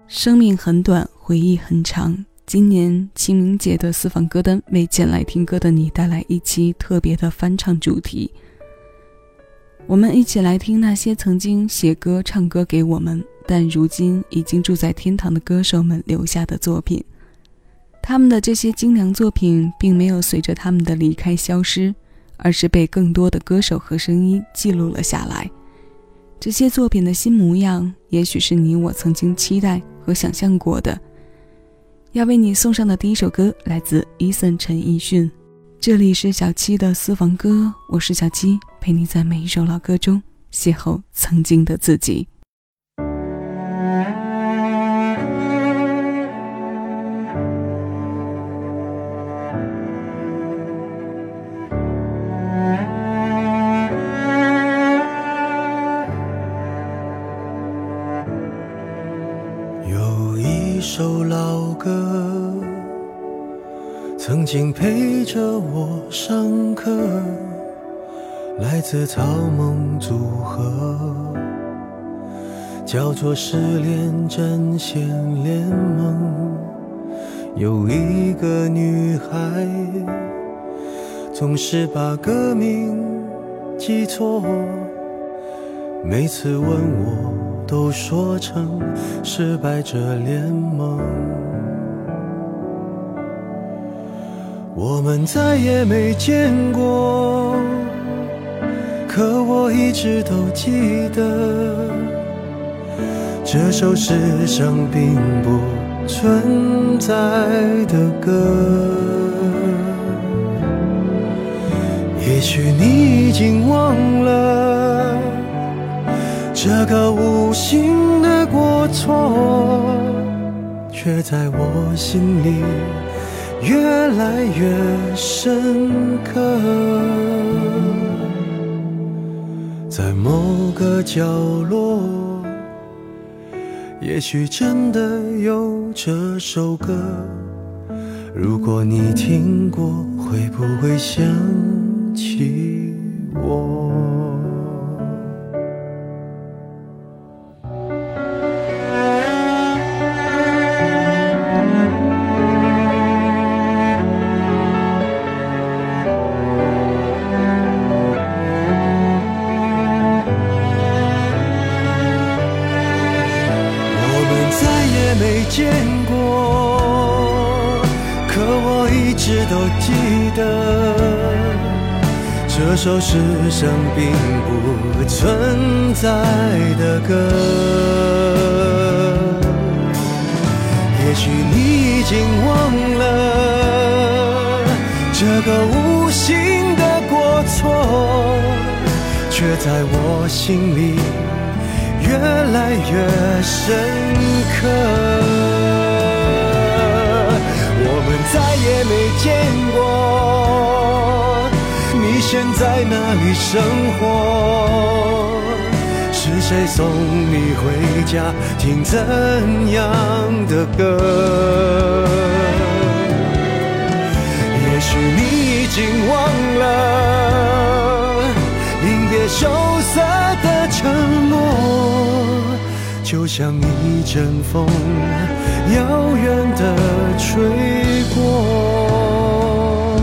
生命很短，回忆很长。今年清明节的私房歌单为前来听歌的你带来一期特别的翻唱主题。我们一起来听那些曾经写歌唱歌给我们，但如今已经住在天堂的歌手们留下的作品。他们的这些精良作品并没有随着他们的离开消失，而是被更多的歌手和声音记录了下来。这些作品的新模样，也许是你我曾经期待和想象过的。要为你送上的第一首歌来自 Eason 陈奕迅。这里是小七的私房歌，我是小七，陪你在每一首老歌中邂逅曾经的自己。 一首老歌曾经陪着我上课，来自草蜢组合，叫做失恋阵线联盟。有一个女孩总是把歌名记错，每次问我都说成失败者联盟。我们再也没见过，可我一直都记得，这首世上并不存在的歌。也许你已经忘了这个无心的过错，却在我心里越来越深刻。在某个角落，也许真的有这首歌，如果你听过，会不会想起我？没见过，可我一直都记得，这首世上并不存在的歌。也许你已经忘了这个无心的过错，却在我心里越来越深刻。我们再也没见过，你现在哪里生活？是谁送你回家，听怎样的歌？也许你已经忘了临别羞涩的承诺，就像一阵风遥远地吹过，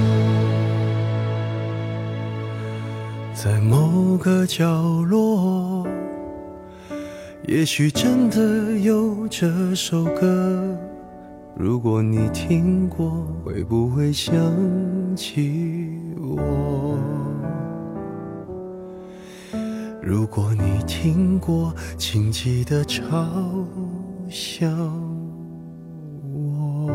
在某个角落，也许真的有这首歌，如果你听过，会不会想起我？如果你听过，请记得嘲笑我。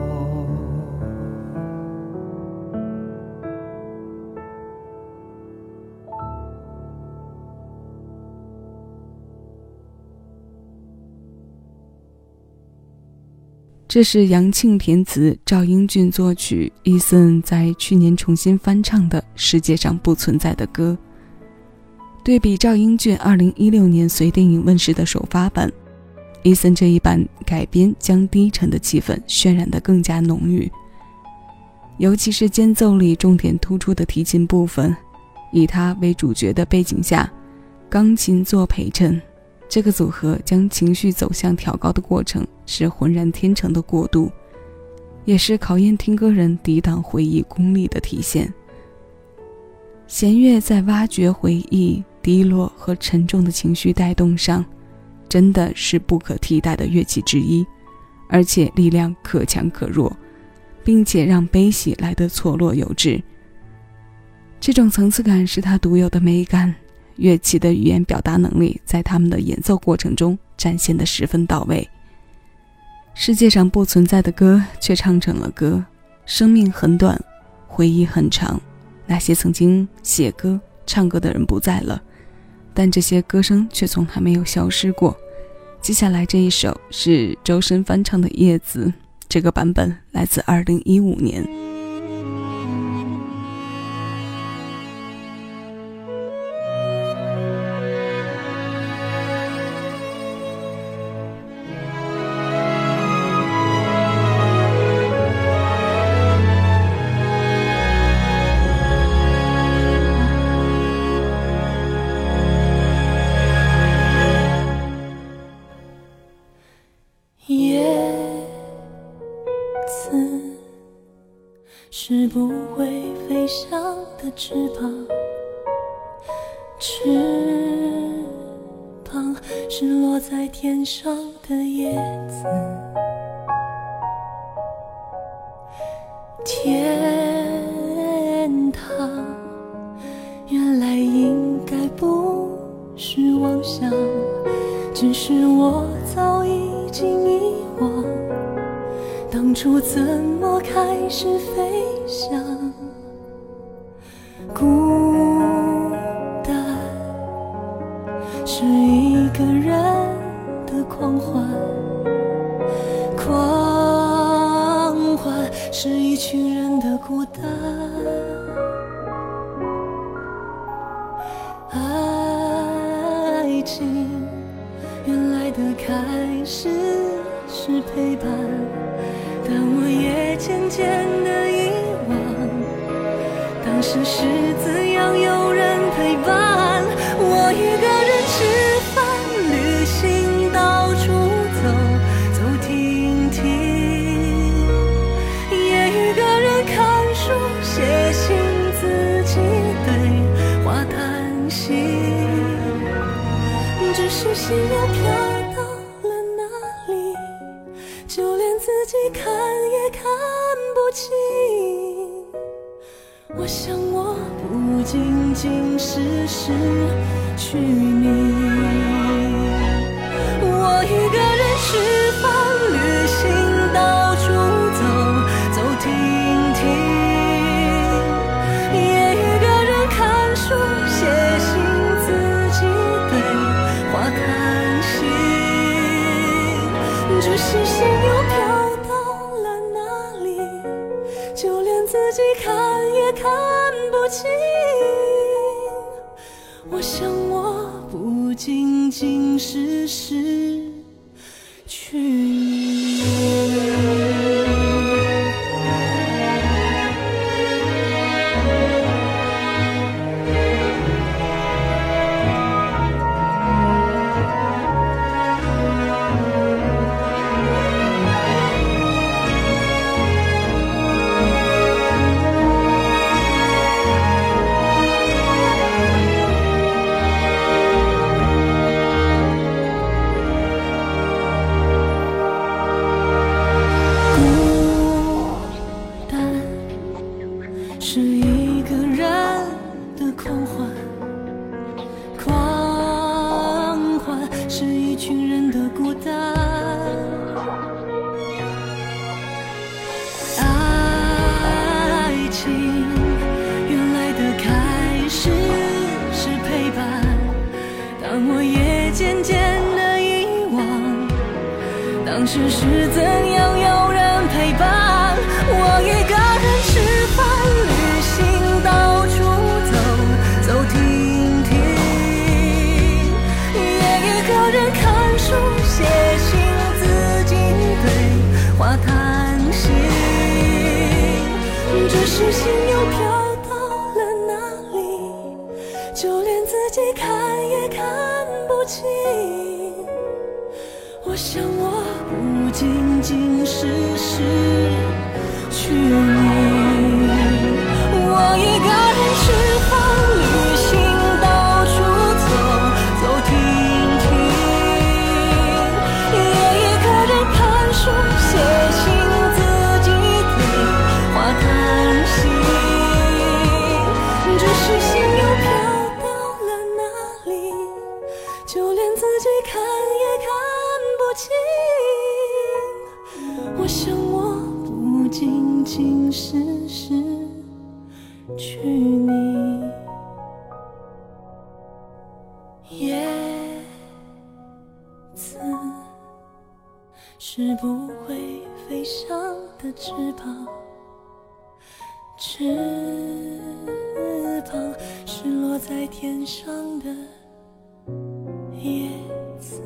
这是杨庆填词，赵英俊作曲，Eason在去年重新翻唱的《世界上不存在的歌》。对比赵英俊2016年随电影问世的首发版， Eason 这一版改编将低沉的气氛渲染得更加浓郁，尤其是间奏里重点突出的提琴部分，以他为主角的背景下，钢琴做陪衬， 这个组合将情绪走向挑高的过程是浑然天成的过渡，也是考验听歌人抵挡回忆功力的体现。弦乐在挖掘回忆低落和沉重的情绪带动上，真的是不可替代的乐器之一，而且力量可强可弱，并且让悲喜来得错落有致。这种层次感是它独有的美感，乐器的语言表达能力在他们的演奏过程中展现得十分到位。世界上不存在的歌却唱成了歌，生命很短，回忆很长。那些曾经写歌唱歌的人不在了，但这些歌声却从来没有消失过。接下来这一首是周深翻唱的《叶子》，这个版本来自2015年。 是不会飞翔的翅膀，翅膀是落在天上的叶子，天堂原来应该不是妄想，只是我早已经遗忘当初怎么开始飞翔。孤单是一个人的狂欢，狂欢是一群人的孤单。爱情原来的开始是陪伴，但我也渐渐地遗忘当时是怎样有人陪伴。我一个人吃饭旅行到处走走停停，也一个人看书写信自己对话叹息，只是心又飘到了哪里，就连自己看也看不清。我想我不仅仅是失去你，我一个人吃饭旅行到处走走停停，也一个人看书写信自己对话叹息，只是心又飘到了哪里，就连自己看也看不清。我想我不仅仅是失去你。是一个人的狂欢，狂欢是一群人的孤单。爱情原来的开始是陪伴，但我也渐渐地遗忘当时是怎样有人陪伴。我一个人吃饭旅行到处走走停停，也一个人看书写信自己对话叹息，只是心又飘到了哪里，就连自己看也看不清。 想我不仅仅是失去你，我一个人吃饭旅行，到处走走停停，也一个人看书写信，自己对话叹息，只是心又飘到了哪里，就连自己看也看不清。我想我不仅仅是失去你，叶子是不会飞翔的翅膀，翅膀是落在天上的叶子。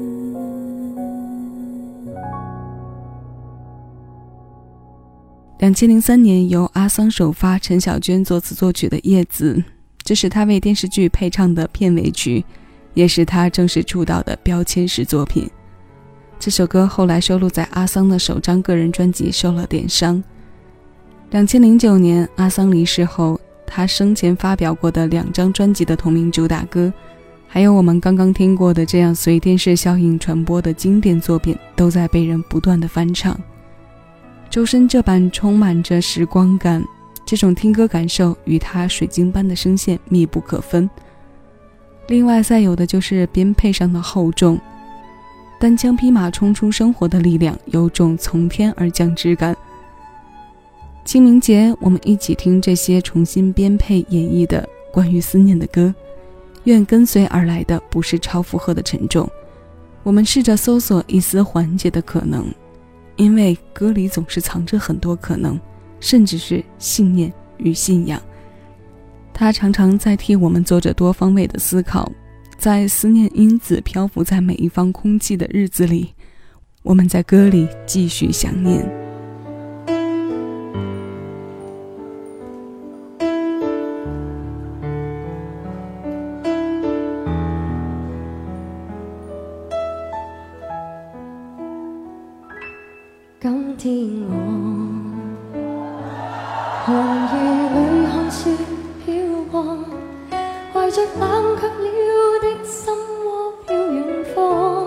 2003年由阿桑首发，陈小娟作词作曲的《叶子》，这是她为电视剧配唱的片尾曲，也是她正式出道的标签式作品。这首歌后来收录在阿桑的首张个人专辑《受了点伤》。2009年阿桑离世后，他生前发表过的2张专辑的同名主打歌，还有我们刚刚听过的这样随电视效应传播的经典作品，都在被人不断的翻唱。周深这版充满着时光感，这种听歌感受与他水晶般的声线密不可分。另外再有的就是编配上的厚重，单枪匹马冲出生活的力量，有种从天而降之感。清明节我们一起听这些重新编配演绎的关于思念的歌，愿跟随而来的不是超负荷的沉重，我们试着搜索一丝缓解的可能，因为歌里总是藏着很多可能，甚至是信念与信仰。它常常在替我们做着多方位的思考，在思念因子漂浮在每一方空气的日子里，我们在歌里继续想念。 今天我寒夜里看雪飄過，懷着冷卻了的心窩飄遠方，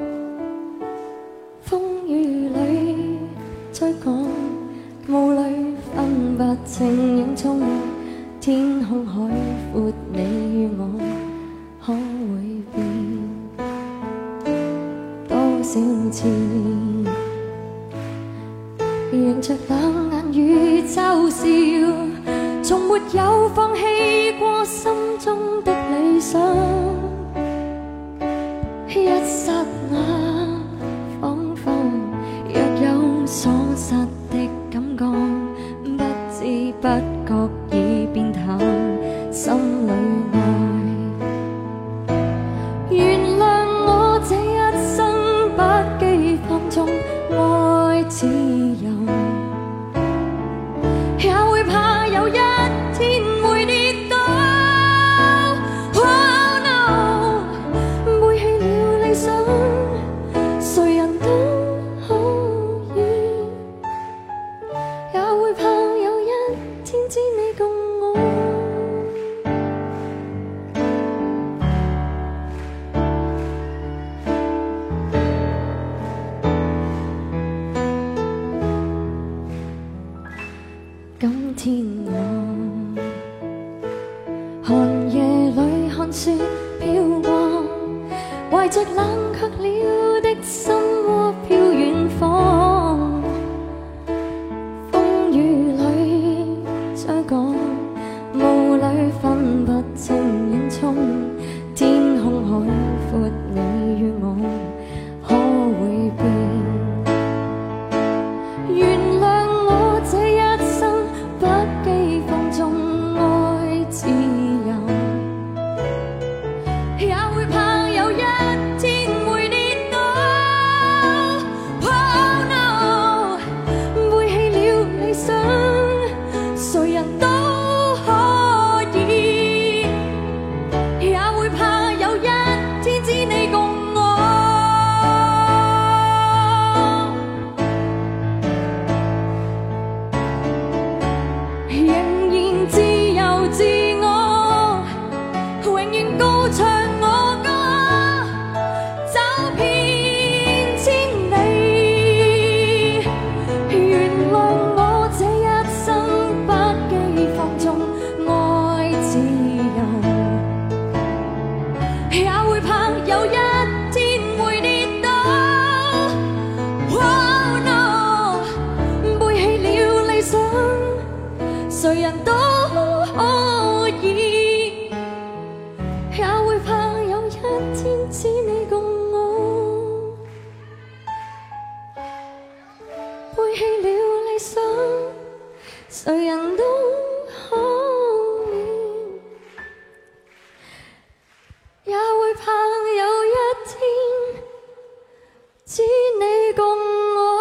風雨裏追趕，霧裏分不清影蹤，天空海闊，你與我可會變多少次？迎着冷眼與嘲笑，從沒有放棄過心中的理想。一剎那，彷彿若有所失的感覺，不知不覺已變淡，心裏愛。原諒我這一生不羈放縱愛自由。也會怕有一天會跌倒。Oh no， 背棄了理想，誰人都可以。也會怕有一天只你共我。今天我寒夜裏看雪飄過，懷着冷卻了的心窩飄遠方，風雨裏追趕，霧裏分不清影蹤，天空海闊，你與我可會變？原諒我這一生不羈放縱愛自由，也會怕有一天會跌倒。 谁人都可怜，也会怕有一天只你共我。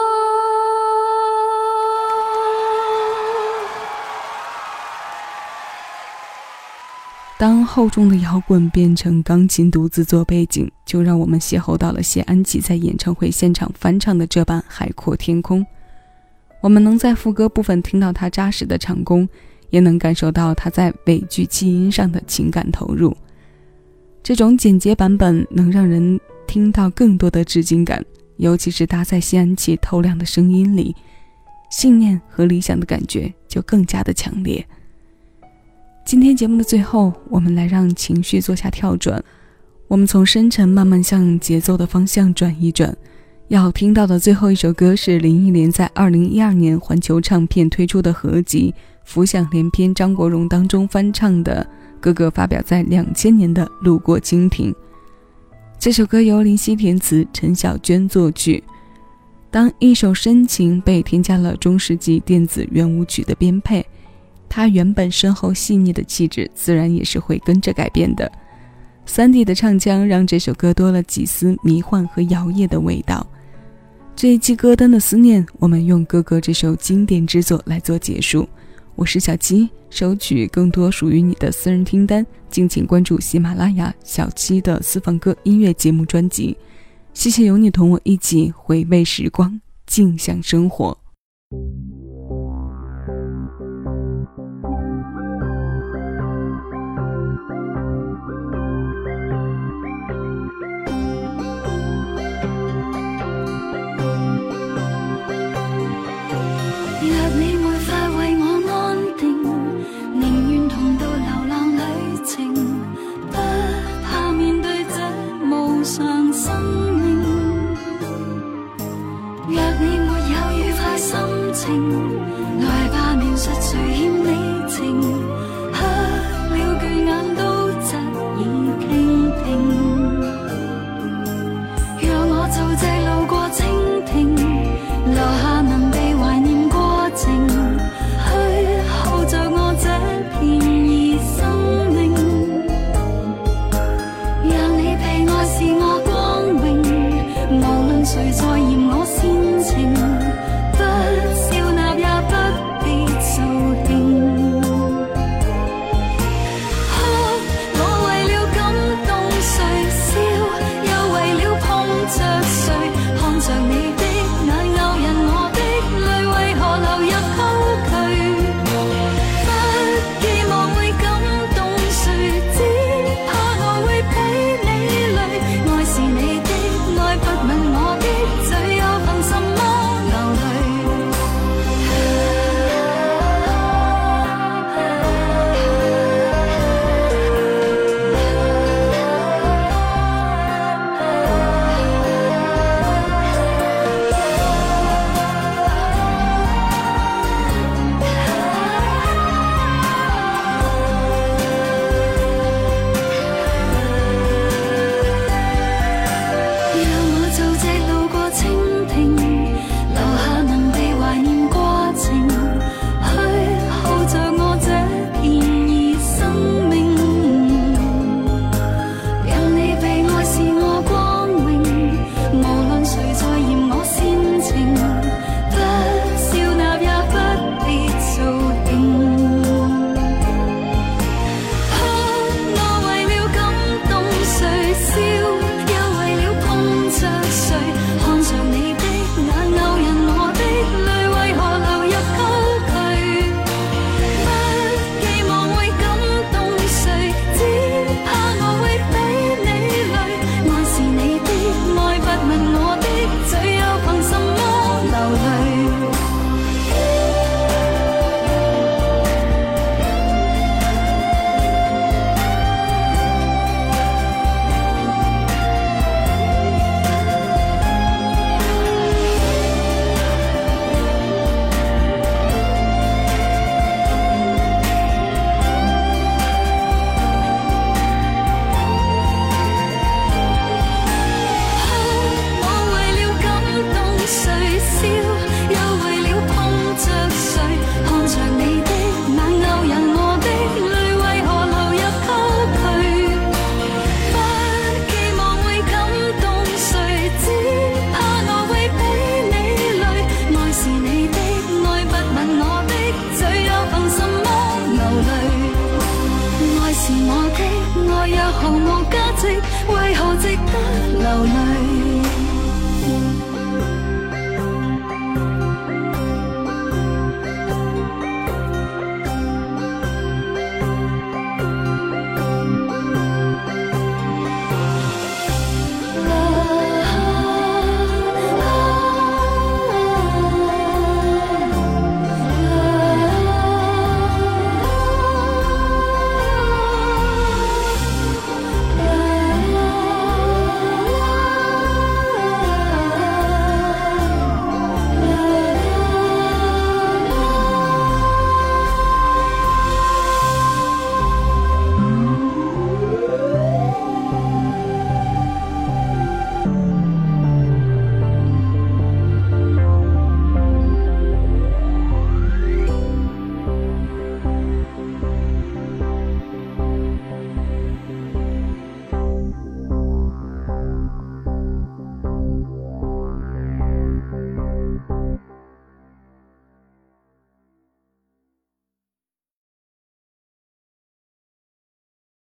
当厚重的摇滚变成钢琴独自做背景，就让我们邂逅到了谢安琪在演唱会现场翻唱的这版《海阔天空》。我们能在副歌部分听到他扎实的唱功，也能感受到他在尾句气音上的情感投入。这种简洁版本能让人听到更多的致敬感，尤其是搭在谢安琪透亮的声音里，信念和理想的感觉就更加的强烈。今天节目的最后，我们来让情绪做下跳转，我们从深沉慢慢向节奏的方向转一转。要听到的最后一首歌是林忆莲在2012年环球唱片推出的合集《浮想联翩》张国荣当中翻唱的哥哥发表在2000年的《路过蜻蜓》。这首歌由林夕填词，陈小娟作曲。当一首深情被添加了中世纪电子圆舞曲的编配，它原本深厚细腻的气质自然也是会跟着改变的。3D 的唱腔让这首歌多了几丝迷幻和摇曳的味道。这一期歌单的思念，我们用哥哥这首经典之作来做结束。我是小七，收取更多属于你的私人听单，敬请关注喜马拉雅小七的私房歌音乐节目专辑。谢谢有你同我一起回味时光，静享生活。 来吧，描述谁欠你情，黑了巨眼都疾已倾聽，讓我做隻路過蜻蜓，留下能被懷念過程，去耗着我這片異生命，讓你被愛是我光榮，無論誰在嫌我煽情，着你